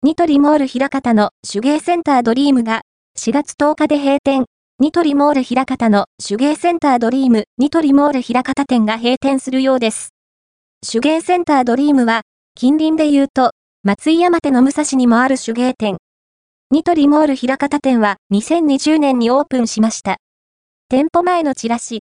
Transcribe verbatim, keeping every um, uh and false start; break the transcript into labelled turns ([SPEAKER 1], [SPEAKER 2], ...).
[SPEAKER 1] ニトリモール枚方の手芸センタードリームがしがつとおかで閉店。ニトリモール枚方の手芸センタードリームニトリモール枚方店が閉店するようです。手芸センタードリームは近隣で言うと松井山手の武蔵にもある手芸店。ニトリモール枚方店はにせんにじゅうねんにオープンしました。店舗前のチラシ、